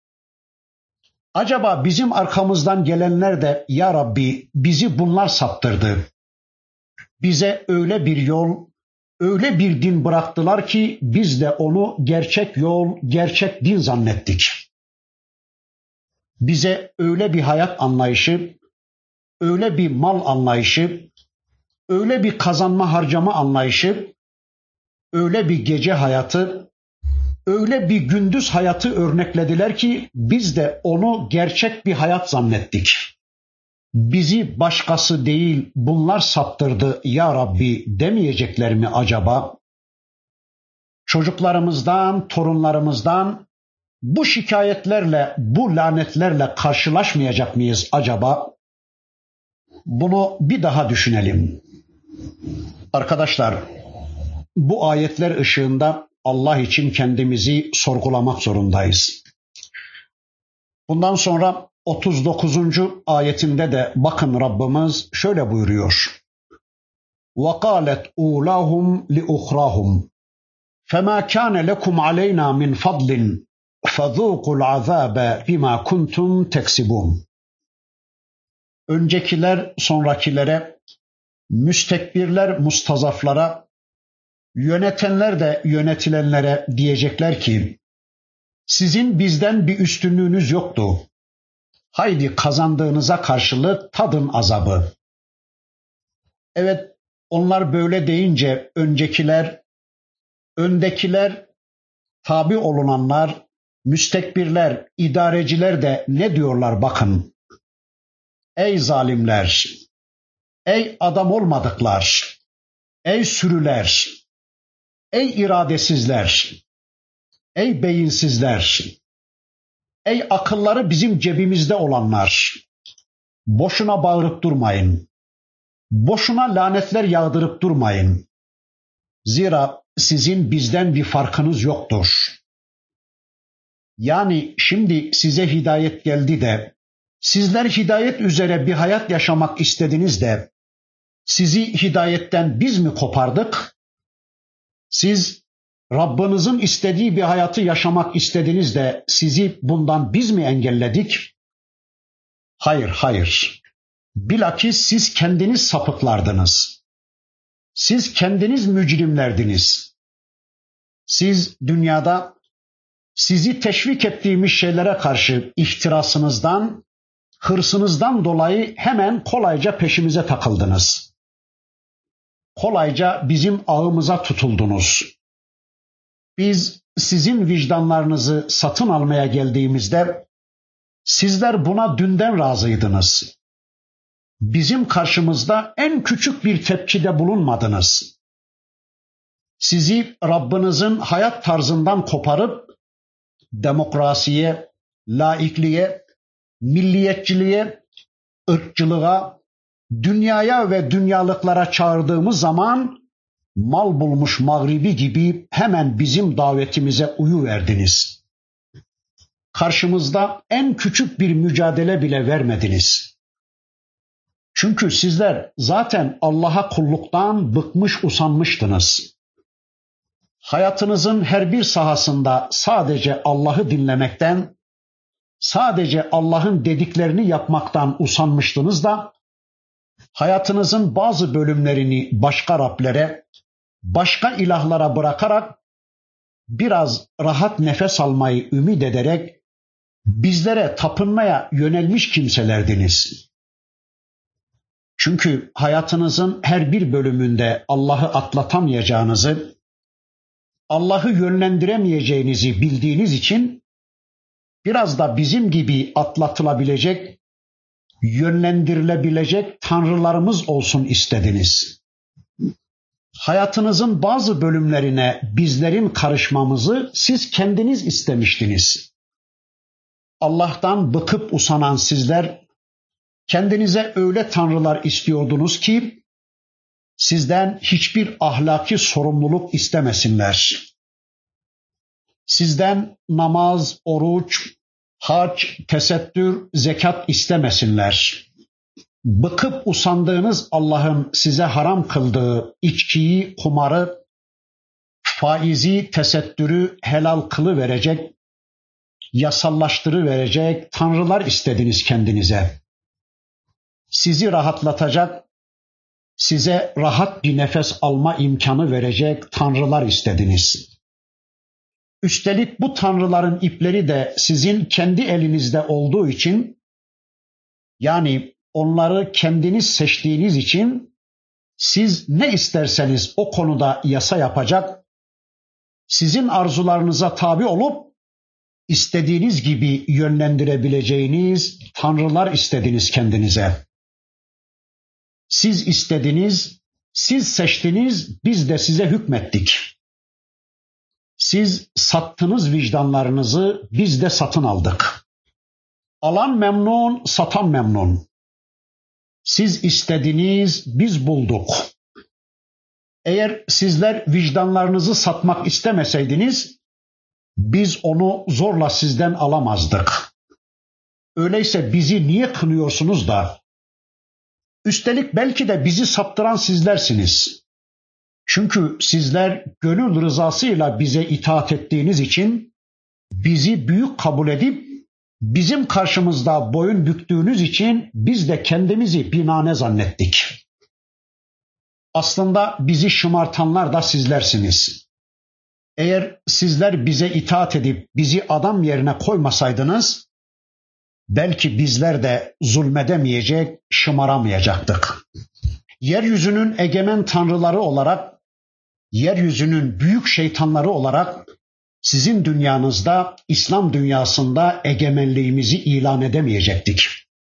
Acaba bizim arkamızdan gelenler de ya Rabbi bizi bunlar saptırdı. Bize öyle bir yol, öyle bir din bıraktılar ki biz de onu gerçek yol, gerçek din zannettik. Bize öyle bir hayat anlayışı, öyle bir mal anlayışı, öyle bir kazanma harcama anlayışı, öyle bir gece hayatı, öyle bir gündüz hayatı örneklediler ki biz de onu gerçek bir hayat zannettik. Bizi başkası değil bunlar saptırdı ya Rabbi demeyecekler mi acaba? Çocuklarımızdan, torunlarımızdan bu şikayetlerle, bu lanetlerle karşılaşmayacak mıyız acaba? Bunu bir daha düşünelim. Arkadaşlar, bu ayetler ışığında Allah için kendimizi sorgulamak zorundayız. Bundan sonra 39. ayetinde de bakın Rabbimiz şöyle buyuruyor. وَقَالَتْ اُولَاهُمْ لِأُخْرَاهُمْ فَمَا كَانَ لَكُمْ عَلَيْنَا مِنْ فَضْلٍ فَذُوقُوا الْعَذَابَ بِمَا كُنْتُمْ تَكْسِبُونَ. Öncekiler sonrakilere, müstekbirler mustazaflara, yönetenler de yönetilenlere diyecekler ki, sizin bizden bir üstünlüğünüz yoktu. Haydi kazandığınıza karşılık tadın azabı. Evet, onlar böyle deyince öncekiler, öndekiler, tabi olunanlar, müstekbirler, idareciler de ne diyorlar bakın. Ey zalimler, ey adam olmadıklar, ey sürüler, ey iradesizler, ey beyinsizler, ey akılları bizim cebimizde olanlar, boşuna bağırıp durmayın, boşuna lanetler yağdırıp durmayın. Zira sizin bizden bir farkınız yoktur. Yani şimdi size hidayet geldi de, sizler hidayet üzere bir hayat yaşamak istediniz de, sizi hidayetten biz mi kopardık? Siz Rabbinizin istediği bir hayatı yaşamak istediniz de sizi bundan biz mi engelledik? Hayır, hayır. Bilakis siz kendiniz sapıklardınız. Siz kendiniz mücrimlerdiniz. Siz dünyada sizi teşvik ettiğimiz şeylere karşı ihtirasınızdan, hırsınızdan dolayı hemen kolayca peşimize takıldınız. Kolayca bizim ağımıza tutuldunuz. Biz sizin vicdanlarınızı satın almaya geldiğimizde Sizler buna dünden razıydınız. Bizim karşımızda en küçük bir tepkide bulunmadınız. Sizi Rabbinizin hayat tarzından koparıp demokrasiye, laikliğe, milliyetçiliğe, ırkçılığa, dünyaya ve dünyalıklara çağırdığımız zaman mal bulmuş mağribi gibi hemen bizim davetimize uyuverdiniz. Karşımızda en küçük bir mücadele bile vermediniz. Çünkü sizler zaten Allah'a kulluktan bıkmış usanmıştınız. Hayatınızın her bir sahasında sadece Allah'ı dinlemekten, sadece Allah'ın dediklerini yapmaktan usanmıştınız da, hayatınızın bazı bölümlerini başka Rablere, başka ilahlara bırakarak, biraz rahat nefes almayı ümit ederek, bizlere tapınmaya yönelmiş kimselerdiniz. Çünkü hayatınızın her bir bölümünde Allah'ı atlatamayacağınızı, Allah'ı yönlendiremeyeceğinizi bildiğiniz için biraz da bizim gibi atlatılabilecek, yönlendirilebilecek tanrılarımız olsun istediniz. Hayatınızın bazı bölümlerine bizlerin karışmamızı siz kendiniz istemiştiniz. Allah'tan bıkıp usanan sizler kendinize öyle tanrılar istiyordunuz ki sizden hiçbir ahlaki sorumluluk istemesinler. Sizden namaz, oruç, hac, tesettür, zekat istemesinler. Bıkıp usandığınız Allah'ın size haram kıldığı içkiyi, kumarı, faizi, tesettürü helal kılıverecek, yasallaştırıverecek tanrılar istediniz kendinize. Sizi rahatlatacak, size rahat bir nefes alma imkanı verecek tanrılar istediniz. Üstelik bu tanrıların ipleri de sizin kendi elinizde olduğu için, yani onları kendiniz seçtiğiniz için siz ne isterseniz o konuda yasa yapacak, sizin arzularınıza tabi olup istediğiniz gibi yönlendirebileceğiniz tanrılar istediniz kendinize. Siz istediniz, siz seçtiniz, biz de size hükmettik. Siz sattınız vicdanlarınızı, biz de satın aldık. Alan memnun, satan memnun. Siz istediniz, biz bulduk. Eğer sizler vicdanlarınızı satmak istemeseydiniz, biz onu zorla sizden alamazdık. Öyleyse bizi niye kınıyorsunuz da? Üstelik belki de bizi saptıran sizlersiniz. Çünkü sizler gönül rızasıyla bize itaat ettiğiniz için, bizi büyük kabul edip bizim karşımızda boyun büktüğünüz için biz de kendimizi binane zannettik. Aslında bizi şımartanlar da sizlersiniz. Eğer sizler bize itaat edip bizi adam yerine koymasaydınız, belki bizler de zulmedemeyecek, şımaramayacaktık. Yeryüzünün egemen tanrıları olarak, yeryüzünün büyük şeytanları olarak sizin dünyanızda, İslam dünyasında egemenliğimizi ilan edemeyecektik.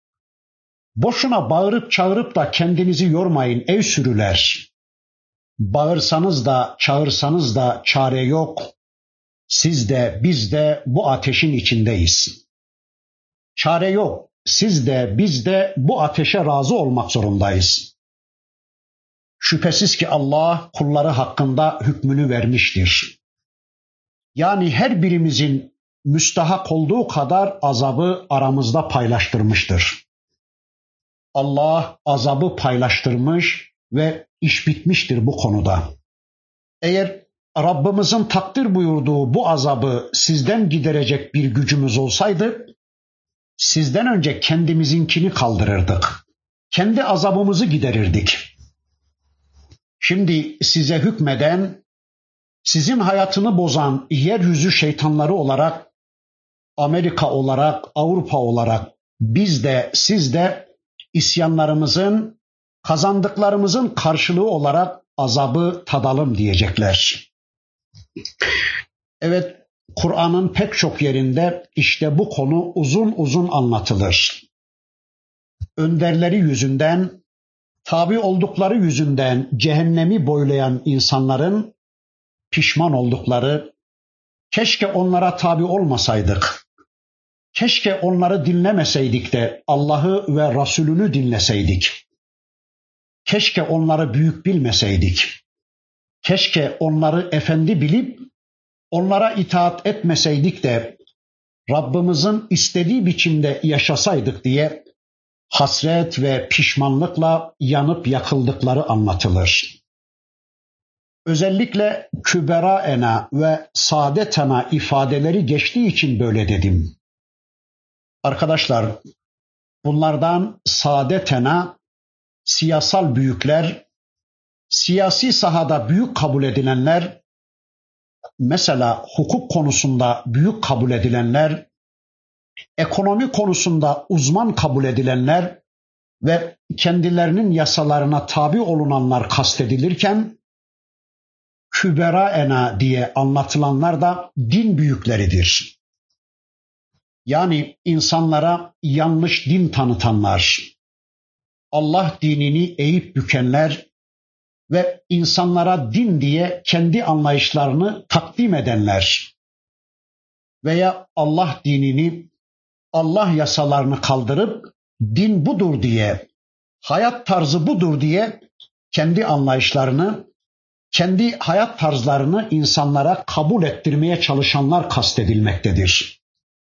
Boşuna bağırıp çağırıp da kendinizi yormayın ey sürüler. Bağırsanız da çağırsanız da çare yok. Siz de biz de bu ateşin içindeyiz. Çare yok. Siz de biz de bu ateşe razı olmak zorundayız. Şüphesiz ki Allah kulları hakkında hükmünü vermiştir. Yani her birimizin müstahak olduğu kadar azabı aramızda paylaştırmıştır. Allah azabı paylaştırmış ve iş bitmiştir bu konuda. Eğer Rabbimizin takdir buyurduğu bu azabı sizden giderecek bir gücümüz olsaydı, sizden önce kendimizinkini kaldırırdık. Kendi azabımızı giderirdik. Şimdi size hükmeden, sizin hayatını bozan yeryüzü şeytanları olarak, Amerika olarak, Avrupa olarak biz de siz de isyanlarımızın, kazandıklarımızın karşılığı olarak azabı tadalım diyecekler. Evet, Kur'an'ın pek çok yerinde işte bu konu uzun uzun anlatılır. Önderleri yüzünden, tabi oldukları yüzünden cehennemi boylayan insanların pişman oldukları, keşke onlara tabi olmasaydık, keşke onları dinlemeseydik de Allah'ı ve Resulünü dinleseydik, keşke onları büyük bilmeseydik, keşke onları efendi bilip onlara itaat etmeseydik de Rabbimizin istediği biçimde yaşasaydık diye hasret ve pişmanlıkla yanıp yakıldıkları anlatılır. Özellikle küberaena ve saadetena ifadeleri geçtiği için böyle dedim. Arkadaşlar, bunlardan saadetena siyasal büyükler, siyasi sahada büyük kabul edilenler, mesela hukuk konusunda büyük kabul edilenler, ekonomi konusunda uzman kabul edilenler ve kendilerinin yasalarına tabi olunanlar kastedilirken, küberaena diye anlatılanlar da din büyükleridir. Yani insanlara yanlış din tanıtanlar, Allah dinini eğip bükenler ve insanlara din diye kendi anlayışlarını takdim edenler veya Allah dinini, Allah yasalarını kaldırıp din budur diye, hayat tarzı budur diye kendi anlayışlarını, kendi hayat tarzlarını insanlara kabul ettirmeye çalışanlar kastedilmektedir.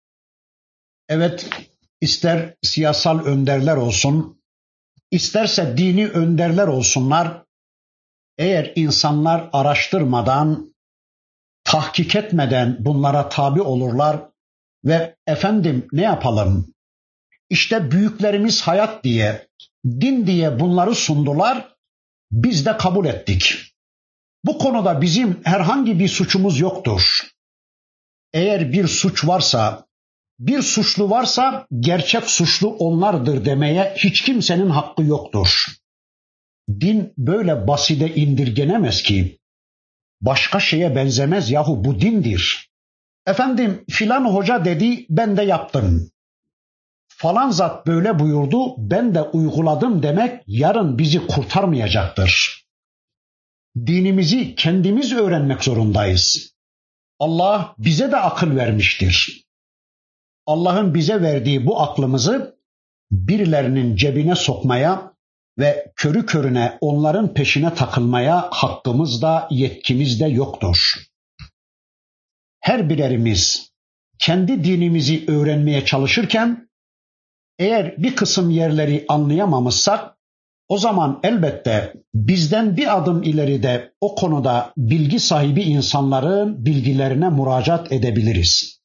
Evet, ister siyasal önderler olsun, isterse dini önderler olsunlar, eğer insanlar araştırmadan, tahkik etmeden bunlara tabi olurlar ve efendim ne yapalım? İşte büyüklerimiz hayat diye, din diye bunları sundular, biz de kabul ettik. Bu konuda bizim herhangi bir suçumuz yoktur. Eğer bir suç varsa, bir suçlu varsa gerçek suçlu onlardır demeye hiç kimsenin hakkı yoktur. Din böyle basite indirgenemez ki. Başka şeye benzemez, yahu bu dindir. Efendim filan hoca dedi, ben de yaptım. Falan zat böyle buyurdu, ben de uyguladım demek yarın bizi kurtarmayacaktır. Dinimizi kendimiz öğrenmek zorundayız. Allah bize de akıl vermiştir. Allah'ın bize verdiği bu aklımızı birilerinin cebine sokmaya ve körü körüne onların peşine takılmaya hakkımız da yetkimiz de yoktur. Her birerimiz kendi dinimizi öğrenmeye çalışırken eğer bir kısım yerleri anlayamamışsak o zaman elbette bizden bir adım ileride o konuda bilgi sahibi insanların bilgilerine müracaat edebiliriz.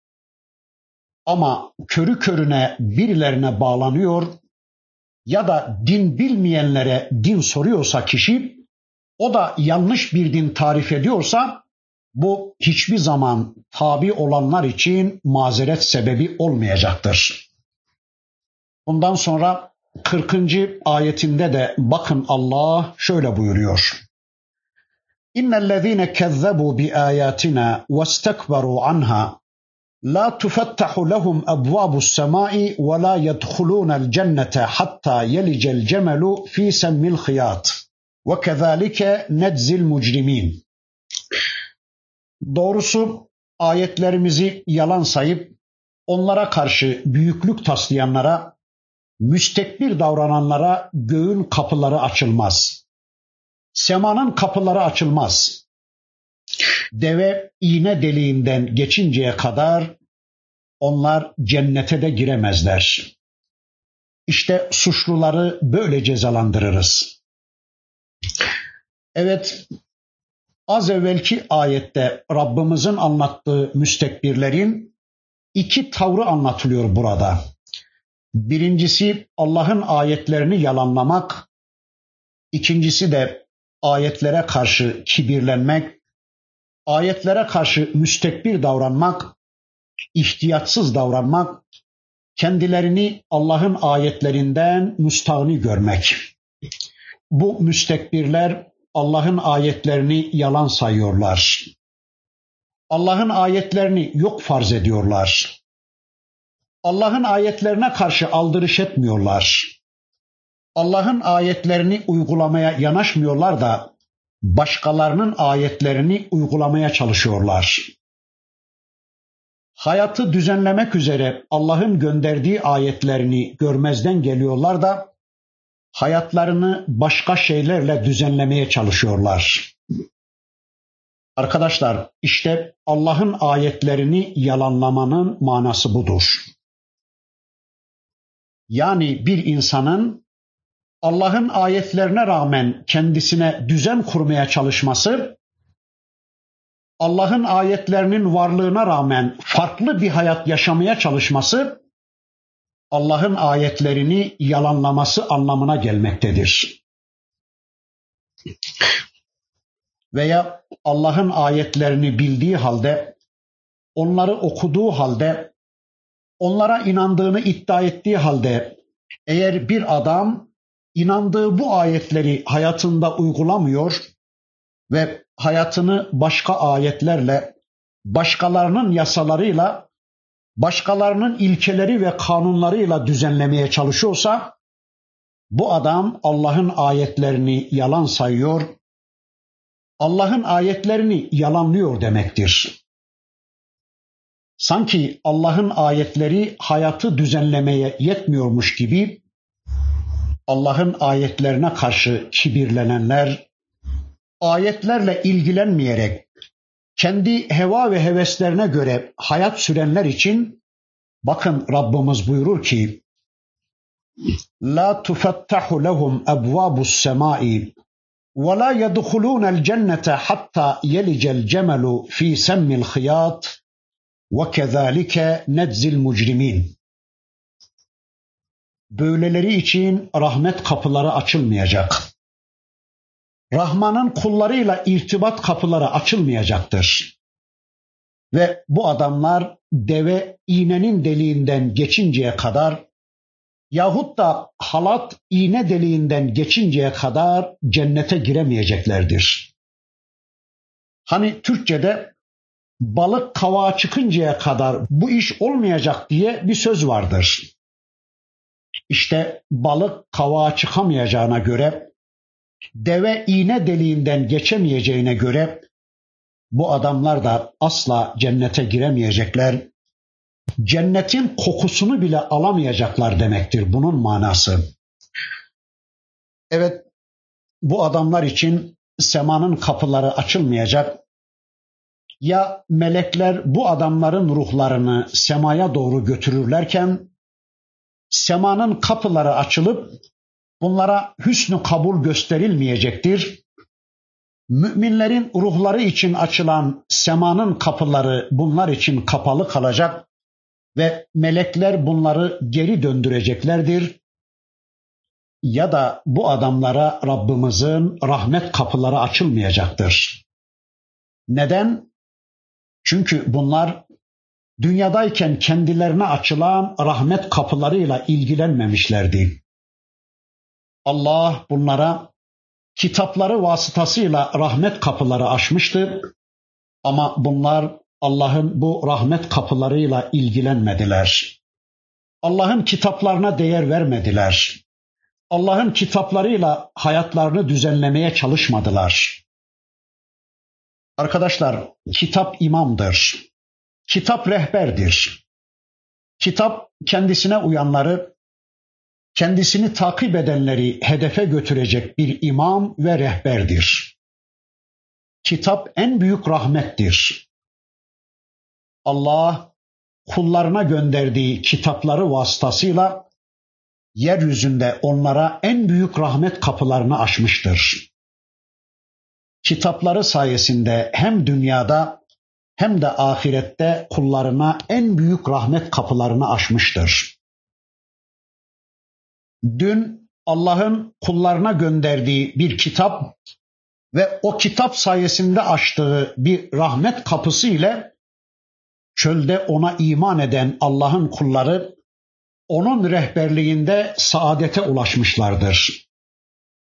Ama körü körüne birilerine bağlanıyor ya da din bilmeyenlere din soruyorsa kişi, o da yanlış bir din tarif ediyorsa bu hiçbir zaman tabi olanlar için mazeret sebebi olmayacaktır. Bundan sonra 40. ayetinde de bakın Allah şöyle buyuruyor. İnnellezîne kezzebu bi âyâtina vestekberû anha la tufettahu lehum ebvâbus semâi ve la yedhulûnel cennete hattâ yelicel cemelu fî semmil hıyât ve kezâlike neczil mucrimîn. Doğrusu ayetlerimizi yalan sayıp onlara karşı büyüklük taslayanlara, müstekbir davrananlara göğün kapıları açılmaz. Semanın kapıları açılmaz. Deve iğne deliğinden geçinceye kadar onlar cennete de giremezler. İşte suçluları böyle cezalandırırız. Evet, az evvelki ayette Rabbimizin anlattığı müstekbirlerin iki tavrı anlatılıyor burada. Birincisi Allah'ın ayetlerini yalanlamak, ikincisi de ayetlere karşı kibirlenmek, ayetlere karşı müstekbir davranmak, ihtiyatsız davranmak, kendilerini Allah'ın ayetlerinden müstağni görmek. Bu müstekbirler Allah'ın ayetlerini yalan sayıyorlar. Allah'ın ayetlerini yok farz ediyorlar. Allah'ın ayetlerine karşı aldırış etmiyorlar. Allah'ın ayetlerini uygulamaya yanaşmıyorlar da başkalarının ayetlerini uygulamaya çalışıyorlar. Hayatı düzenlemek üzere Allah'ın gönderdiği ayetlerini görmezden geliyorlar da hayatlarını başka şeylerle düzenlemeye çalışıyorlar. Arkadaşlar, işte Allah'ın ayetlerini yalanlamanın manası budur. Yani bir insanın Allah'ın ayetlerine rağmen kendisine düzen kurmaya çalışması, Allah'ın ayetlerinin varlığına rağmen farklı bir hayat yaşamaya çalışması, Allah'ın ayetlerini yalanlaması anlamına gelmektedir. Veya Allah'ın ayetlerini bildiği halde, onları okuduğu halde, onlara inandığını iddia ettiği halde, eğer bir adam inandığı bu ayetleri hayatında uygulamıyor ve hayatını başka ayetlerle, başkalarının yasalarıyla, başkalarının ilkeleri ve kanunlarıyla düzenlemeye çalışıyorsa, bu adam Allah'ın ayetlerini yalan sayıyor, Allah'ın ayetlerini yalanlıyor demektir. Sanki Allah'ın ayetleri hayatı düzenlemeye yetmiyormuş gibi, Allah'ın ayetlerine karşı kibirlenenler, ayetlerle ilgilenmeyerek kendi heva ve heveslerine göre hayat sürenler için bakın Rabbimiz buyurur ki: "La tufettahu lehum ebvabus semai ve la yedhulunel cennete hatta yelicel cemelu fi semmil khiyat ve kezalike neczil mucrimin." Böyleleri için rahmet kapıları açılmayacak. Rahman'ın kullarıyla irtibat kapıları açılmayacaktır. Ve bu adamlar deve iğnenin deliğinden geçinceye kadar yahut da halat iğne deliğinden geçinceye kadar cennete giremeyeceklerdir. Hani Türkçe'de balık kavağa çıkıncaya kadar bu iş olmayacak diye bir söz vardır. İşte balık kavağa çıkamayacağına göre, deve iğne deliğinden geçemeyeceğine göre bu adamlar da asla cennete giremeyecekler. Cennetin kokusunu bile alamayacaklar demektir bunun manası. Evet, bu adamlar için semanın kapıları açılmayacak. Ya melekler bu adamların ruhlarını semaya doğru götürürlerken semanın kapıları açılıp bunlara hüsnü kabul gösterilmeyecektir. Müminlerin ruhları için açılan semanın kapıları bunlar için kapalı kalacak ve melekler bunları geri döndüreceklerdir. Ya da bu adamlara Rabbimizin rahmet kapıları açılmayacaktır. Neden? Çünkü bunlar dünyadayken kendilerine açılan rahmet kapılarıyla ilgilenmemişlerdi. Allah bunlara kitapları vasıtasıyla rahmet kapıları açmıştı ama bunlar Allah'ın bu rahmet kapılarıyla ilgilenmediler. Allah'ın kitaplarına değer vermediler. Allah'ın kitaplarıyla hayatlarını düzenlemeye çalışmadılar. Arkadaşlar, kitap imamdır. Kitap rehberdir. Kitap kendisine uyanları, kendisini takip edenleri hedefe götürecek bir imam ve rehberdir. Kitap en büyük rahmettir. Allah kullarına gönderdiği kitapları vasıtasıyla yeryüzünde onlara en büyük rahmet kapılarını açmıştır. Kitapları sayesinde hem dünyada hem de ahirette kullarına en büyük rahmet kapılarını açmıştır. Dün Allah'ın kullarına gönderdiği bir kitap ve o kitap sayesinde açtığı bir rahmet kapısı ile çölde ona iman eden Allah'ın kulları onun rehberliğinde saadete ulaşmışlardır.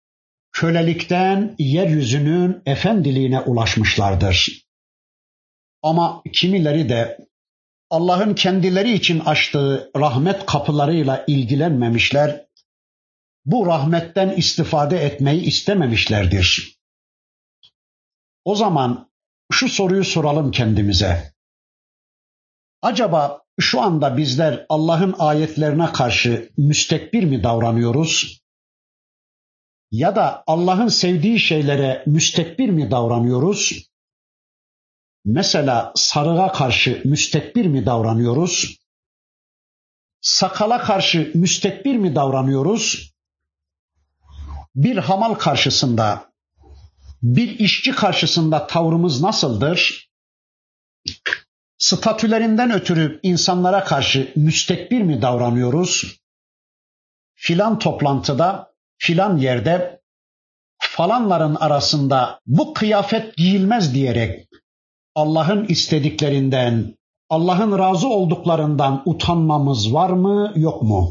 Kölelikten yeryüzünün efendiliğine ulaşmışlardır. Ama kimileri de Allah'ın kendileri için açtığı rahmet kapılarıyla ilgilenmemişler, bu rahmetten istifade etmeyi istememişlerdir. O zaman şu soruyu soralım kendimize. Acaba şu anda bizler Allah'ın ayetlerine karşı müstekbir mi davranıyoruz? Ya da Allah'ın sevdiği şeylere müstekbir mi davranıyoruz? Mesela sarığa karşı müstekbir mi davranıyoruz? Sakala karşı müstekbir mi davranıyoruz? Bir hamal karşısında, bir işçi karşısında tavrımız nasıldır? Statülerinden ötürü insanlara karşı müstekbir mi davranıyoruz? Filan toplantıda, filan yerde, falanların arasında bu kıyafet giyilmez diyerek Allah'ın istediklerinden, Allah'ın razı olduklarından utanmamız var mı, yok mu?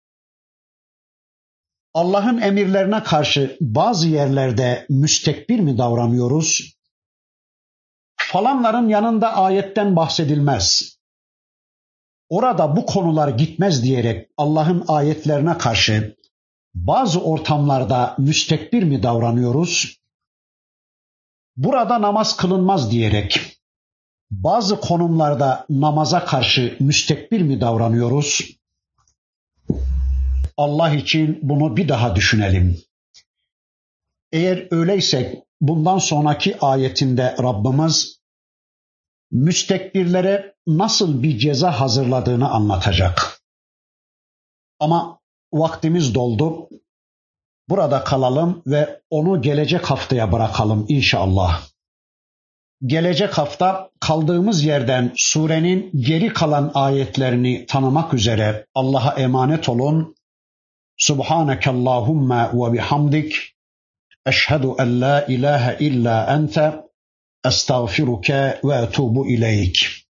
Allah'ın emirlerine karşı bazı yerlerde müstekbir mi davranıyoruz? Falanların yanında ayetten bahsedilmez. Orada bu konular gitmez diyerek Allah'ın ayetlerine karşı bazı ortamlarda müstekbir mi davranıyoruz? Burada namaz kılınmaz diyerek bazı konumlarda namaza karşı müstekbir mi davranıyoruz? Allah için bunu bir daha düşünelim. Eğer öyleysek bundan sonraki ayetinde Rabbimiz müstekbirlere nasıl bir ceza hazırladığını anlatacak. Ama vaktimiz doldu. Burada kalalım ve onu gelecek haftaya bırakalım inşallah. Gelecek hafta kaldığımız yerden surenin geri kalan ayetlerini tanımak üzere Allah'a emanet olun. Subhanekallahumma ve bihamdik. Eşhedü en la ilahe illa ente. Estağfiruke ve etubu ileyk.